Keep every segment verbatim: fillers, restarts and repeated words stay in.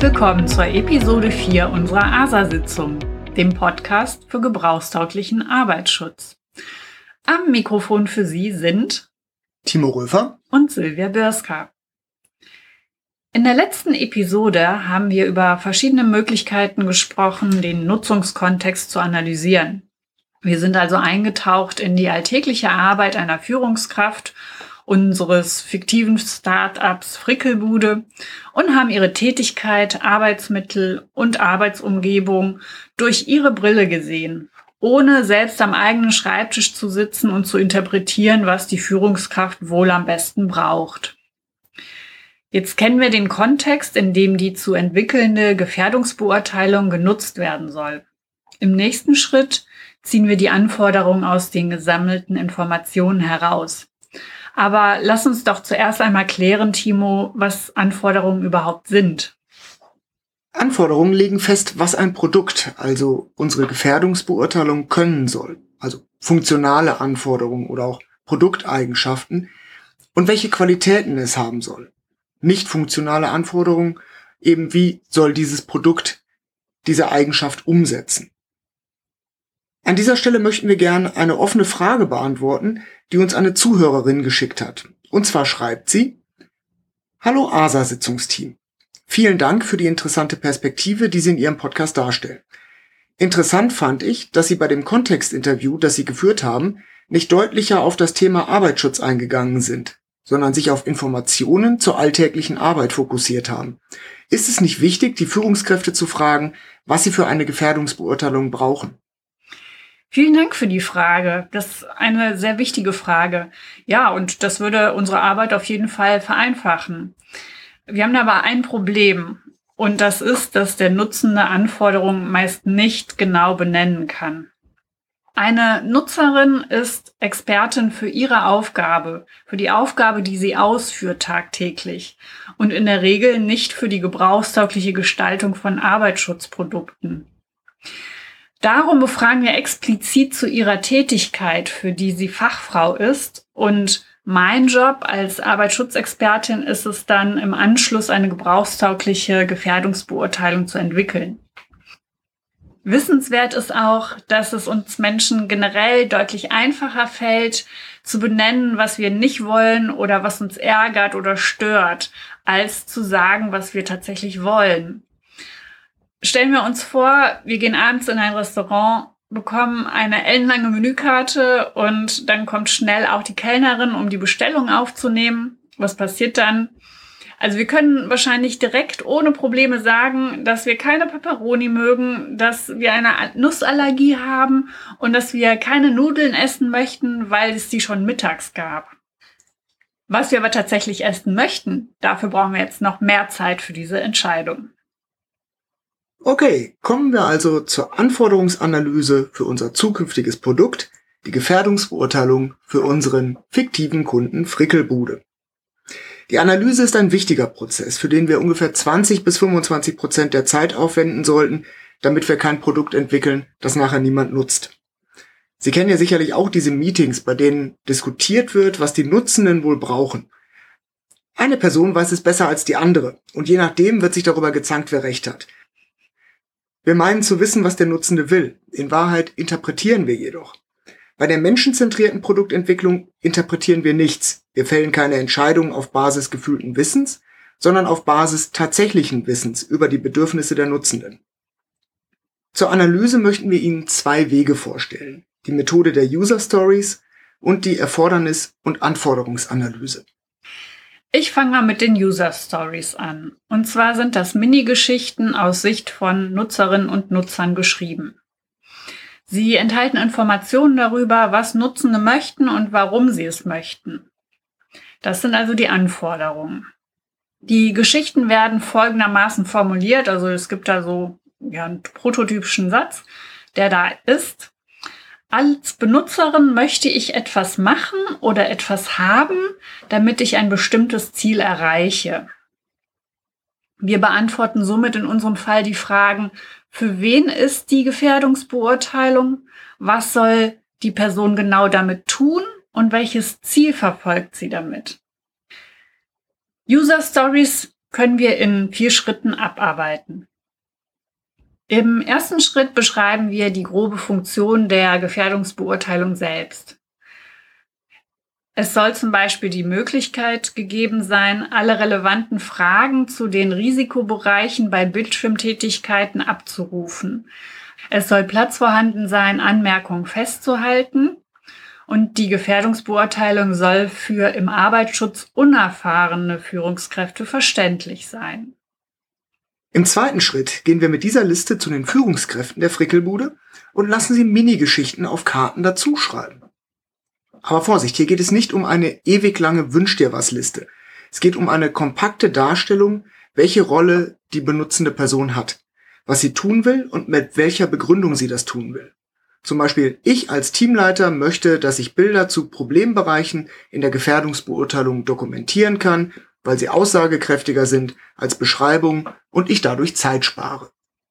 willkommen zur Episode vier unserer A S A-Sitzung, dem Podcast für gebrauchstauglichen Arbeitsschutz. Am Mikrofon für Sie sind Timo Röfer und Silvia Bürska. In der letzten Episode haben wir über verschiedene Möglichkeiten gesprochen, den Nutzungskontext zu analysieren. Wir sind also eingetaucht in die alltägliche Arbeit einer Führungskraft unseres fiktiven Start-ups Frickelbude und haben ihre Tätigkeit, Arbeitsmittel und Arbeitsumgebung durch ihre Brille gesehen, ohne selbst am eigenen Schreibtisch zu sitzen und zu interpretieren, was die Führungskraft wohl am besten braucht. Jetzt kennen wir den Kontext, in dem die zu entwickelnde Gefährdungsbeurteilung genutzt werden soll. Im nächsten Schritt ziehen wir die Anforderungen aus den gesammelten Informationen heraus. Aber lass uns doch zuerst einmal klären, Timo, was Anforderungen überhaupt sind. Anforderungen legen fest, was ein Produkt, also unsere Gefährdungsbeurteilung, können soll. Also funktionale Anforderungen oder auch Produkteigenschaften und welche Qualitäten es haben soll. Nicht funktionale Anforderungen, eben wie soll dieses Produkt diese Eigenschaft umsetzen. An dieser Stelle möchten wir gerne eine offene Frage beantworten, die uns eine Zuhörerin geschickt hat. Und zwar schreibt sie: Hallo A S A-Sitzungsteam. Vielen Dank für die interessante Perspektive, die Sie in Ihrem Podcast darstellen. Interessant fand ich, dass Sie bei dem Kontextinterview, das Sie geführt haben, nicht deutlicher auf das Thema Arbeitsschutz eingegangen sind, sondern sich auf Informationen zur alltäglichen Arbeit fokussiert haben. Ist es nicht wichtig, die Führungskräfte zu fragen, was sie für eine Gefährdungsbeurteilung brauchen? Vielen Dank für die Frage. Das ist eine sehr wichtige Frage. Ja, und das würde unsere Arbeit auf jeden Fall vereinfachen. Wir haben aber ein Problem. Und das ist, dass der Nutzende Anforderungen meist nicht genau benennen kann. Eine Nutzerin ist Expertin für ihre Aufgabe, für die Aufgabe, die sie ausführt tagtäglich und in der Regel nicht für die gebrauchstaugliche Gestaltung von Arbeitsschutzprodukten. Darum befragen wir explizit zu ihrer Tätigkeit, für die sie Fachfrau ist. Und mein Job als Arbeitsschutzexpertin ist es dann, im Anschluss eine gebrauchstaugliche Gefährdungsbeurteilung zu entwickeln. Wissenswert ist auch, dass es uns Menschen generell deutlich einfacher fällt, zu benennen, was wir nicht wollen oder was uns ärgert oder stört, als zu sagen, was wir tatsächlich wollen. Stellen wir uns vor, wir gehen abends in ein Restaurant, bekommen eine ellenlange Menükarte und dann kommt schnell auch die Kellnerin, um die Bestellung aufzunehmen. Was passiert dann? Also wir können wahrscheinlich direkt ohne Probleme sagen, dass wir keine Peperoni mögen, dass wir eine Nussallergie haben und dass wir keine Nudeln essen möchten, weil es die schon mittags gab. Was wir aber tatsächlich essen möchten, dafür brauchen wir jetzt noch mehr Zeit für diese Entscheidung. Okay, kommen wir also zur Anforderungsanalyse für unser zukünftiges Produkt, die Gefährdungsbeurteilung für unseren fiktiven Kunden Frickelbude. Die Analyse ist ein wichtiger Prozess, für den wir ungefähr zwanzig bis fünfundzwanzig Prozent der Zeit aufwenden sollten, damit wir kein Produkt entwickeln, das nachher niemand nutzt. Sie kennen ja sicherlich auch diese Meetings, bei denen diskutiert wird, was die Nutzenden wohl brauchen. Eine Person weiß es besser als die andere und je nachdem wird sich darüber gezankt, wer recht hat. Wir meinen zu wissen, was der Nutzende will. In Wahrheit interpretieren wir jedoch. Bei der menschenzentrierten Produktentwicklung interpretieren wir nichts. Wir fällen keine Entscheidungen auf Basis gefühlten Wissens, sondern auf Basis tatsächlichen Wissens über die Bedürfnisse der Nutzenden. Zur Analyse möchten wir Ihnen zwei Wege vorstellen: die Methode der User Stories und die Erfordernis- und Anforderungsanalyse. Ich fange mal mit den User Stories an. Und zwar sind das Mini-Geschichten aus Sicht von Nutzerinnen und Nutzern geschrieben. Sie enthalten Informationen darüber, was Nutzende möchten und warum sie es möchten. Das sind also die Anforderungen. Die Geschichten werden folgendermaßen formuliert, also es gibt da so ja, einen prototypischen Satz, der da ist: Als Benutzerin möchte ich etwas machen oder etwas haben, damit ich ein bestimmtes Ziel erreiche. Wir beantworten somit in unserem Fall die Fragen: Für wen ist die Gefährdungsbeurteilung? Was soll die Person genau damit tun? Und welches Ziel verfolgt sie damit? User Stories können wir in vier Schritten abarbeiten. Im ersten Schritt beschreiben wir die grobe Funktion der Gefährdungsbeurteilung selbst. Es soll zum Beispiel die Möglichkeit gegeben sein, alle relevanten Fragen zu den Risikobereichen bei Bildschirmtätigkeiten abzurufen. Es soll Platz vorhanden sein, Anmerkungen festzuhalten. Und die Gefährdungsbeurteilung soll für im Arbeitsschutz unerfahrene Führungskräfte verständlich sein. Im zweiten Schritt gehen wir mit dieser Liste zu den Führungskräften der Frickelbude und lassen sie Minigeschichten auf Karten dazuschreiben. Aber Vorsicht, hier geht es nicht um eine ewig lange Wünsch-dir-was-Liste. Es geht um eine kompakte Darstellung, welche Rolle die benutzende Person hat, was sie tun will und mit welcher Begründung sie das tun will. Zum Beispiel, ich als Teamleiter möchte, dass ich Bilder zu Problembereichen in der Gefährdungsbeurteilung dokumentieren kann, weil sie aussagekräftiger sind als Beschreibung und ich dadurch Zeit spare.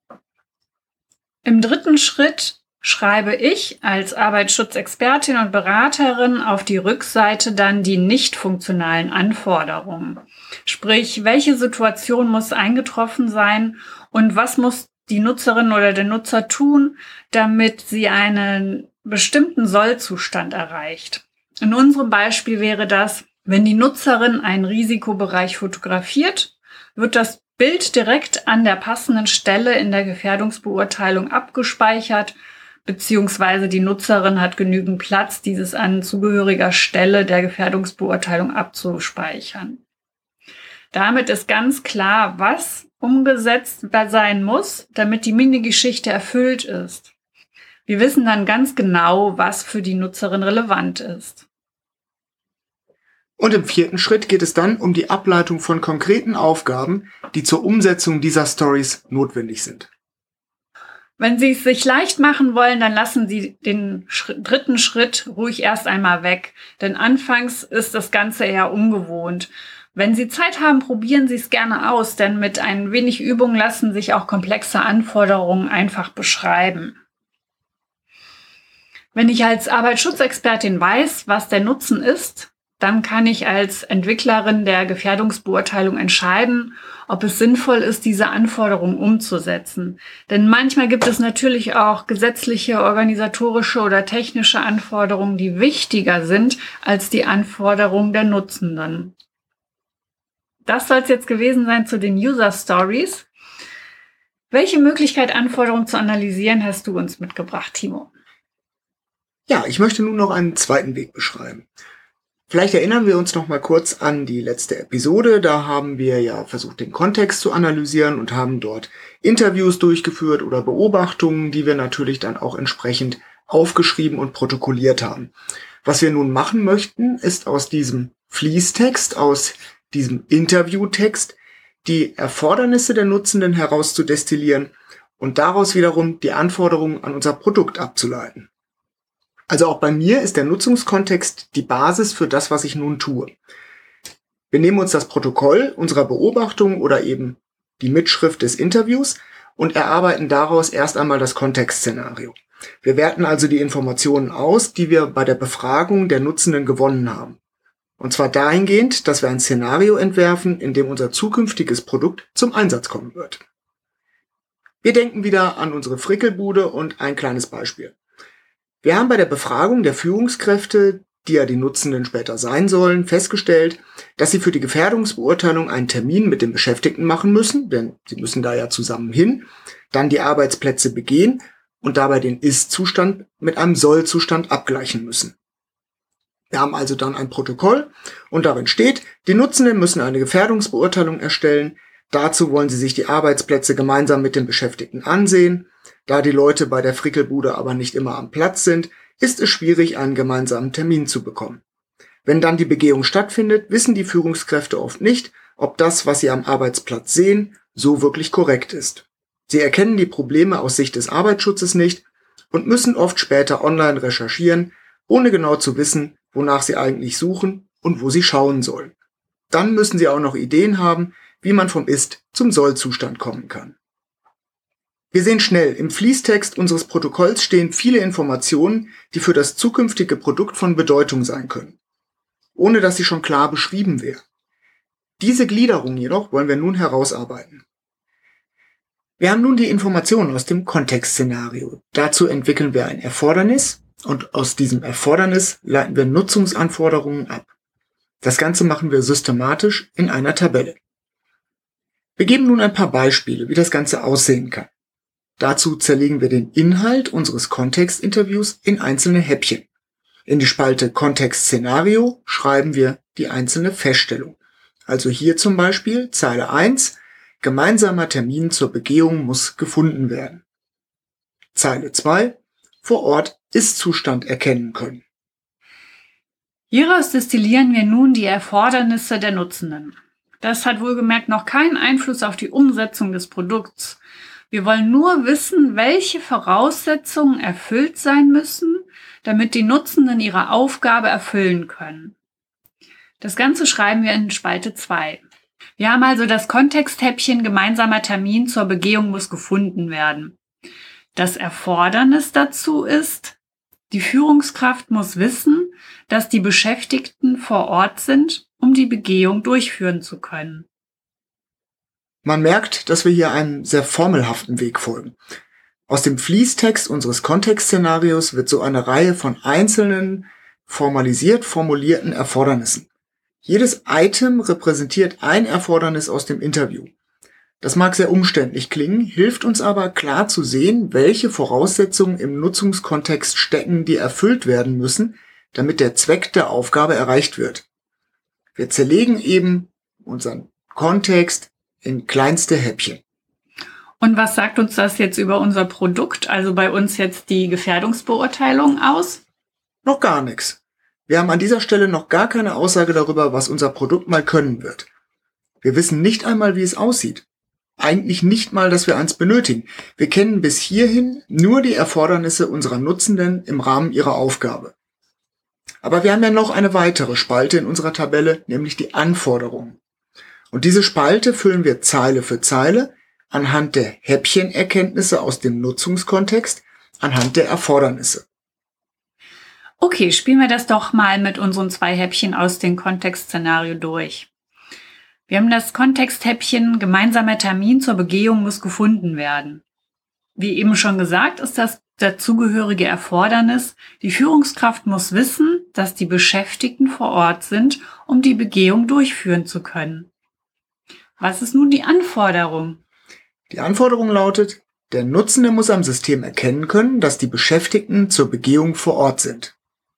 Im dritten Schritt schreibe ich als Arbeitsschutzexpertin und Beraterin auf die Rückseite dann die nicht funktionalen Anforderungen. Sprich, welche Situation muss eingetroffen sein und was muss die Nutzerin oder der Nutzer tun, damit sie einen bestimmten Sollzustand erreicht. In unserem Beispiel wäre das, wenn die Nutzerin einen Risikobereich fotografiert, wird das Bild direkt an der passenden Stelle in der Gefährdungsbeurteilung abgespeichert, beziehungsweise die Nutzerin hat genügend Platz, dieses an zugehöriger Stelle der Gefährdungsbeurteilung abzuspeichern. Damit ist ganz klar, was umgesetzt sein muss, damit die Mini-Geschichte erfüllt ist. Wir wissen dann ganz genau, was für die Nutzerin relevant ist. Und im vierten Schritt geht es dann um die Ableitung von konkreten Aufgaben, die zur Umsetzung dieser Stories notwendig sind. Wenn Sie es sich leicht machen wollen, dann lassen Sie den Schritt, dritten Schritt ruhig erst einmal weg, denn anfangs ist das Ganze eher ungewohnt. Wenn Sie Zeit haben, probieren Sie es gerne aus, denn mit ein wenig Übung lassen sich auch komplexe Anforderungen einfach beschreiben. Wenn ich als Arbeitsschutzexpertin weiß, was der Nutzen ist, dann kann ich als Entwicklerin der Gefährdungsbeurteilung entscheiden, ob es sinnvoll ist, diese Anforderungen umzusetzen. Denn manchmal gibt es natürlich auch gesetzliche, organisatorische oder technische Anforderungen, die wichtiger sind als die Anforderungen der Nutzenden. Das soll es jetzt gewesen sein zu den User Stories. Welche Möglichkeit, Anforderungen zu analysieren, hast du uns mitgebracht, Timo? Ja, ich möchte nun noch einen zweiten Weg beschreiben. Vielleicht erinnern wir uns noch mal kurz an die letzte Episode. Da haben wir ja versucht, den Kontext zu analysieren und haben dort Interviews durchgeführt oder Beobachtungen, die wir natürlich dann auch entsprechend aufgeschrieben und protokolliert haben. Was wir nun machen möchten, ist aus diesem Fließtext, aus diesem Interviewtext, die Erfordernisse der Nutzenden herauszudestillieren und daraus wiederum die Anforderungen an unser Produkt abzuleiten. Also auch bei mir ist der Nutzungskontext die Basis für das, was ich nun tue. Wir nehmen uns das Protokoll unserer Beobachtung oder eben die Mitschrift des Interviews und erarbeiten daraus erst einmal das Kontextszenario. Wir werten also die Informationen aus, die wir bei der Befragung der Nutzenden gewonnen haben. Und zwar dahingehend, dass wir ein Szenario entwerfen, in dem unser zukünftiges Produkt zum Einsatz kommen wird. Wir denken wieder an unsere Frickelbude und ein kleines Beispiel. Wir haben bei der Befragung der Führungskräfte, die ja die Nutzenden später sein sollen, festgestellt, dass sie für die Gefährdungsbeurteilung einen Termin mit den Beschäftigten machen müssen, denn sie müssen da ja zusammen hin, dann die Arbeitsplätze begehen und dabei den Ist-Zustand mit einem Soll-Zustand abgleichen müssen. Wir haben also dann ein Protokoll und darin steht, die Nutzenden müssen eine Gefährdungsbeurteilung erstellen. Dazu wollen sie sich die Arbeitsplätze gemeinsam mit den Beschäftigten ansehen. Da die Leute bei der Frickelbude aber nicht immer am Platz sind, ist es schwierig, einen gemeinsamen Termin zu bekommen. Wenn dann die Begehung stattfindet, wissen die Führungskräfte oft nicht, ob das, was sie am Arbeitsplatz sehen, so wirklich korrekt ist. Sie erkennen die Probleme aus Sicht des Arbeitsschutzes nicht und müssen oft später online recherchieren, ohne genau zu wissen, wonach sie eigentlich suchen und wo sie schauen sollen. Dann müssen sie auch noch Ideen haben, wie man vom Ist- zum Soll-Zustand kommen kann. Wir sehen schnell, im Fließtext unseres Protokolls stehen viele Informationen, die für das zukünftige Produkt von Bedeutung sein können, ohne dass sie schon klar beschrieben wären. Diese Gliederung jedoch wollen wir nun herausarbeiten. Wir haben nun die Informationen aus dem Kontextszenario. Dazu entwickeln wir ein Erfordernis und aus diesem Erfordernis leiten wir Nutzungsanforderungen ab. Das Ganze machen wir systematisch in einer Tabelle. Wir geben nun ein paar Beispiele, wie das Ganze aussehen kann. Dazu zerlegen wir den Inhalt unseres Kontextinterviews in einzelne Häppchen. In die Spalte Kontextszenario schreiben wir die einzelne Feststellung. Also hier zum Beispiel Zeile eins, gemeinsamer Termin zur Begehung muss gefunden werden. Zeile zwei, vor Ort Ist-Zustand erkennen können. Hieraus destillieren wir nun die Erfordernisse der Nutzenden. Das hat wohlgemerkt noch keinen Einfluss auf die Umsetzung des Produkts. Wir wollen nur wissen, welche Voraussetzungen erfüllt sein müssen, damit die Nutzenden ihre Aufgabe erfüllen können. Das Ganze schreiben wir in Spalte zwei. Wir haben also das Kontexthäppchen gemeinsamer Termin zur Begehung muss gefunden werden. Das Erfordernis dazu ist, die Führungskraft muss wissen, dass die Beschäftigten vor Ort sind, um die Begehung durchführen zu können. Man merkt, dass wir hier einem sehr formelhaften Weg folgen. Aus dem Fließtext unseres Kontextszenarios wird so eine Reihe von einzelnen, formalisiert formulierten Erfordernissen. Jedes Item repräsentiert ein Erfordernis aus dem Interview. Das mag sehr umständlich klingen, hilft uns aber klar zu sehen, welche Voraussetzungen im Nutzungskontext stecken, die erfüllt werden müssen, damit der Zweck der Aufgabe erreicht wird. Wir zerlegen eben unseren Kontext in kleinste Häppchen. Und was sagt uns das jetzt über unser Produkt, also bei uns jetzt die Gefährdungsbeurteilung aus? Noch gar nichts. Wir haben an dieser Stelle noch gar keine Aussage darüber, was unser Produkt mal können wird. Wir wissen nicht einmal, wie es aussieht. Eigentlich nicht mal, dass wir eins benötigen. Wir kennen bis hierhin nur die Erfordernisse unserer Nutzenden im Rahmen ihrer Aufgabe. Aber wir haben ja noch eine weitere Spalte in unserer Tabelle, nämlich die Anforderungen. Und diese Spalte füllen wir Zeile für Zeile anhand der Häppchenerkenntnisse aus dem Nutzungskontext, anhand der Erfordernisse. Okay, spielen wir das doch mal mit unseren zwei Häppchen aus dem Kontextszenario durch. Wir haben das Kontexthäppchen gemeinsamer Termin zur Begehung muss gefunden werden. Wie eben schon gesagt, ist das dazugehörige Erfordernis, die Führungskraft muss wissen, dass die Beschäftigten vor Ort sind, um die Begehung durchführen zu können. Was ist nun die Anforderung? Die Anforderung lautet, der Nutzende muss am System erkennen können, dass die Beschäftigten zur Begehung vor Ort sind.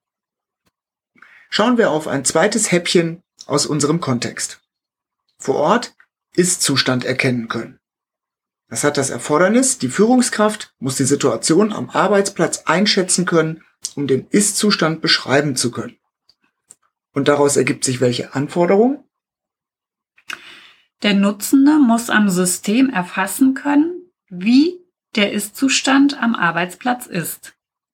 Schauen wir auf ein zweites Häppchen aus unserem Kontext. Vor Ort Ist-Zustand erkennen können. Das hat das Erfordernis, die Führungskraft muss die Situation am Arbeitsplatz einschätzen können, um den Ist-Zustand beschreiben zu können. Und daraus ergibt sich welche Anforderung? Der Nutzende muss am System erfassen können, wie der Ist-Zustand am Arbeitsplatz ist.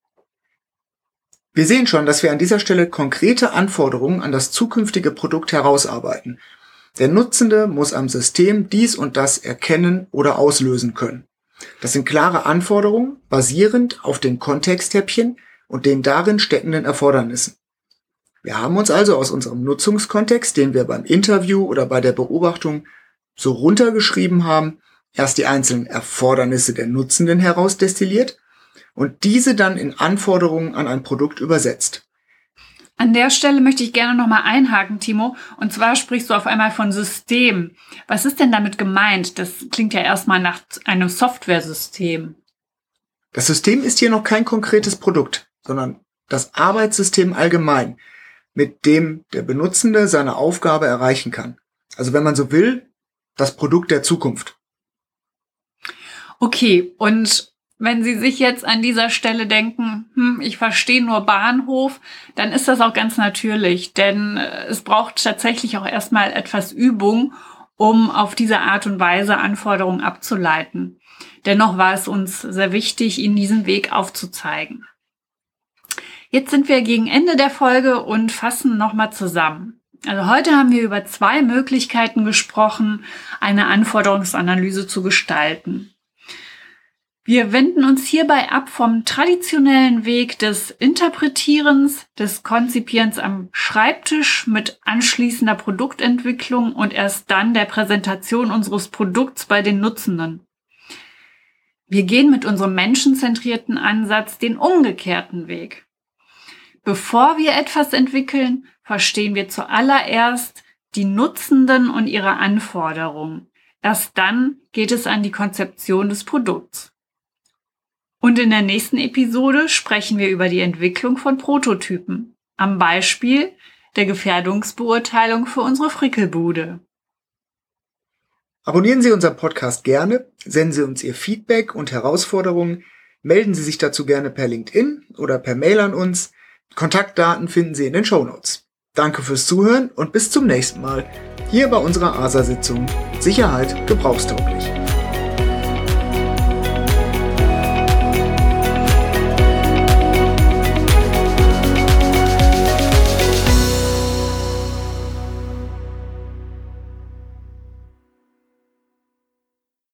Wir sehen schon, dass wir an dieser Stelle konkrete Anforderungen an das zukünftige Produkt herausarbeiten. Der Nutzende muss am System dies und das erkennen oder auslösen können. Das sind klare Anforderungen, basierend auf den Kontexthäppchen und den darin steckenden Erfordernissen. Wir haben uns also aus unserem Nutzungskontext, den wir beim Interview oder bei der Beobachtung so runtergeschrieben haben, erst die einzelnen Erfordernisse der Nutzenden herausdestilliert und diese dann in Anforderungen an ein Produkt übersetzt. An der Stelle möchte ich gerne nochmal einhaken, Timo. Und zwar sprichst du auf einmal von System. Was ist denn damit gemeint? Das klingt ja erstmal nach einem Softwaresystem. Das System ist hier noch kein konkretes Produkt, sondern das Arbeitssystem allgemein, mit dem der Benutzende seine Aufgabe erreichen kann. Also wenn man so will, das Produkt der Zukunft. Okay, und wenn Sie sich jetzt an dieser Stelle denken, hm, ich verstehe nur Bahnhof, dann ist das auch ganz natürlich, denn es braucht tatsächlich auch erstmal etwas Übung, um auf diese Art und Weise Anforderungen abzuleiten. Dennoch war es uns sehr wichtig, Ihnen diesen Weg aufzuzeigen. Jetzt sind wir gegen Ende der Folge und fassen nochmal zusammen. Also heute haben wir über zwei Möglichkeiten gesprochen, eine Anforderungsanalyse zu gestalten. Wir wenden uns hierbei ab vom traditionellen Weg des Interpretierens, des Konzipierens am Schreibtisch mit anschließender Produktentwicklung und erst dann der Präsentation unseres Produkts bei den Nutzenden. Wir gehen mit unserem menschenzentrierten Ansatz den umgekehrten Weg. Bevor wir etwas entwickeln, verstehen wir zuallererst die Nutzenden und ihre Anforderungen. Erst dann geht es an die Konzeption des Produkts. Und in der nächsten Episode sprechen wir über die Entwicklung von Prototypen, am Beispiel der Gefährdungsbeurteilung für unsere Frickelbude. Abonnieren Sie unseren Podcast gerne, senden Sie uns Ihr Feedback und Herausforderungen, melden Sie sich dazu gerne per LinkedIn oder per Mail an uns. Kontaktdaten finden Sie in den Shownotes. Danke fürs Zuhören und bis zum nächsten Mal hier bei unserer A S A-Sitzung Sicherheit gebrauchstauglich.